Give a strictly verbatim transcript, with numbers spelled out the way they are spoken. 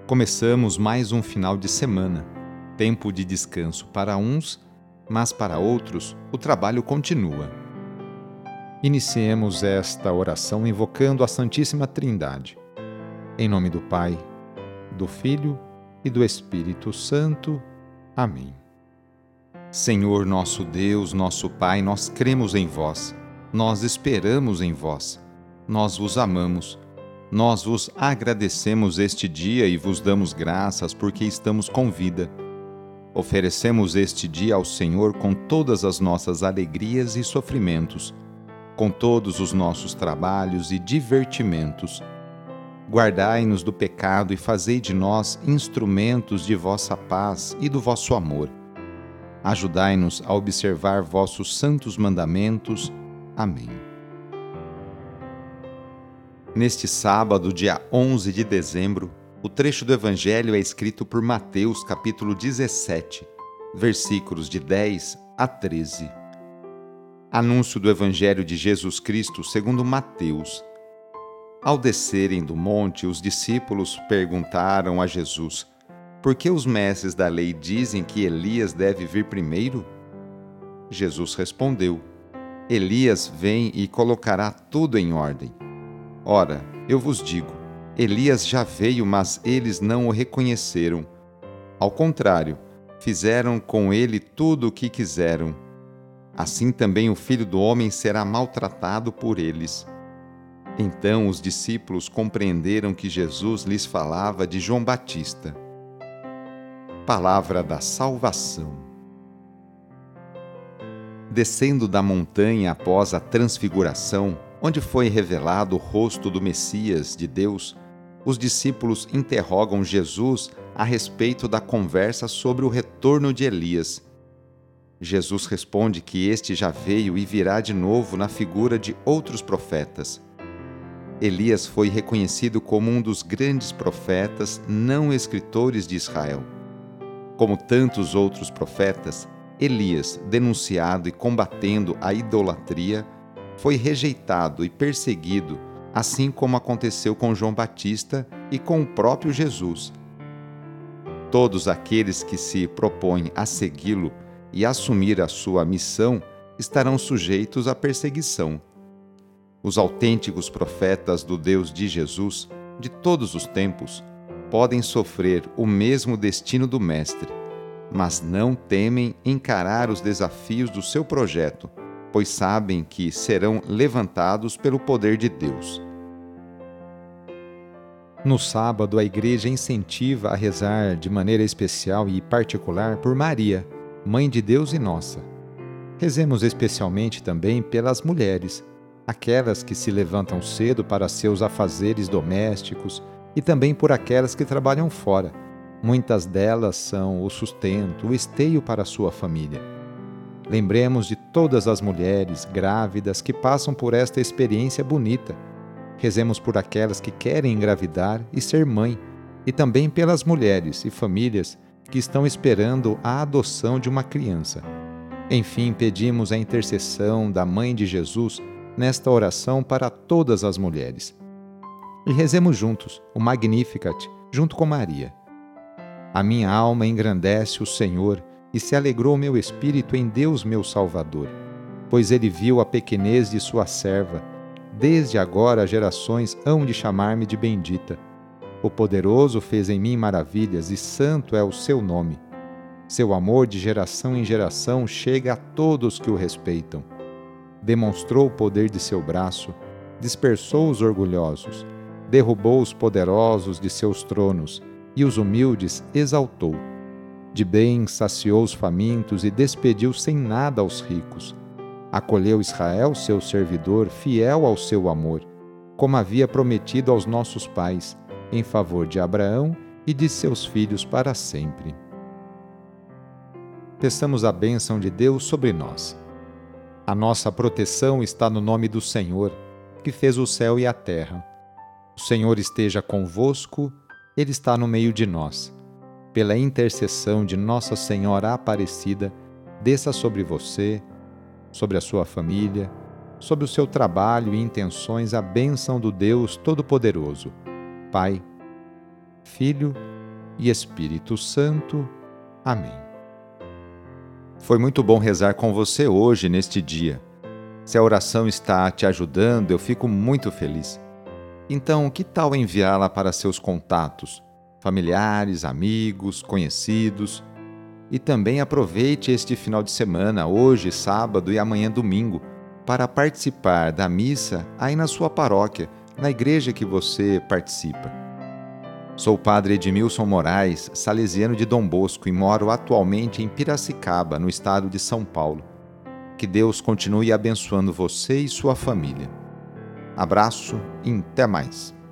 Começamos mais um final de semana, tempo de descanso para uns, mas para outros o trabalho continua. Iniciemos esta oração invocando a Santíssima Trindade. Em nome do Pai, do Filho e do Espírito Santo. Amém. Senhor nosso Deus, nosso Pai, nós cremos em vós, nós esperamos em vós, nós vos amamos, nós vos agradecemos este dia e vos damos graças porque estamos com vida. Oferecemos este dia ao Senhor com todas as nossas alegrias e sofrimentos, com todos os nossos trabalhos e divertimentos. Guardai-nos do pecado e fazei de nós instrumentos de vossa paz e do vosso amor. Ajudai-nos a observar vossos santos mandamentos. Amém. Neste sábado, dia onze de dezembro, o trecho do Evangelho é escrito por Mateus, capítulo dezessete, versículos de dez a treze. Anúncio do Evangelho de Jesus Cristo segundo Mateus. Ao descerem do monte, os discípulos perguntaram a Jesus: por que os mestres da lei dizem que Elias deve vir primeiro? Jesus respondeu: Elias vem e colocará tudo em ordem. Ora, eu vos digo, Elias já veio, mas eles não o reconheceram. Ao contrário, fizeram com ele tudo o que quiseram. Assim também o Filho do Homem será maltratado por eles. Então os discípulos compreenderam que Jesus lhes falava de João Batista. Palavra da salvação. Descendo da montanha após a transfiguração, onde foi revelado o rosto do Messias de Deus, os discípulos interrogam Jesus a respeito da conversa sobre o retorno de Elias. Jesus responde que este já veio e virá de novo na figura de outros profetas. Elias foi reconhecido como um dos grandes profetas não escritores de Israel. Como tantos outros profetas, Elias, denunciado e combatendo a idolatria, foi rejeitado e perseguido, assim como aconteceu com João Batista e com o próprio Jesus. Todos aqueles que se propõem a segui-lo e assumir a sua missão estarão sujeitos à perseguição. Os autênticos profetas do Deus de Jesus, de todos os tempos, podem sofrer o mesmo destino do Mestre, mas não temem encarar os desafios do seu projeto, pois sabem que serão levantados pelo poder de Deus. No sábado, a Igreja incentiva a rezar de maneira especial e particular por Maria, Mãe de Deus e nossa. Rezemos especialmente também pelas mulheres, aquelas que se levantam cedo para seus afazeres domésticos, e também por aquelas que trabalham fora. Muitas delas são o sustento, o esteio para a sua família. Lembremos de todas as mulheres grávidas que passam por esta experiência bonita. Rezemos por aquelas que querem engravidar e ser mãe, e também pelas mulheres e famílias que estão esperando a adoção de uma criança. Enfim, pedimos a intercessão da Mãe de Jesus nesta oração para todas as mulheres. E rezemos juntos o Magnificat, junto com Maria. A minha alma engrandece o Senhor, e se alegrou meu espírito em Deus meu Salvador, pois ele viu a pequenez de sua serva. Desde agora gerações hão de chamar-me de bendita. O Poderoso fez em mim maravilhas, e santo é o seu nome. Seu amor de geração em geração chega a todos que o respeitam. Demonstrou o poder de seu braço, dispersou os orgulhosos, derrubou os poderosos de seus tronos, e os humildes exaltou. De bem saciou os famintos e despediu sem nada aos ricos. Acolheu Israel, seu servidor, fiel ao seu amor, como havia prometido aos nossos pais, em favor de Abraão e de seus filhos para sempre. Peçamos a bênção de Deus sobre nós. A nossa proteção está no nome do Senhor, que fez o céu e a terra. O Senhor esteja convosco, Ele está no meio de nós. Pela intercessão de Nossa Senhora Aparecida, desça sobre você, sobre a sua família, sobre o seu trabalho e intenções a bênção do Deus Todo-Poderoso, Pai, Filho e Espírito Santo. Amém. Foi muito bom rezar com você hoje, neste dia. Se a oração está te ajudando, eu fico muito feliz. Então, que tal enviá-la para seus contatos, familiares, amigos, conhecidos? E também aproveite este final de semana, hoje, sábado e amanhã, domingo, para participar da missa aí na sua paróquia, na igreja que você participa. Sou o padre Edmilson Moraes, salesiano de Dom Bosco, e moro atualmente em Piracicaba, no estado de São Paulo. Que Deus continue abençoando você e sua família. Abraço e até mais.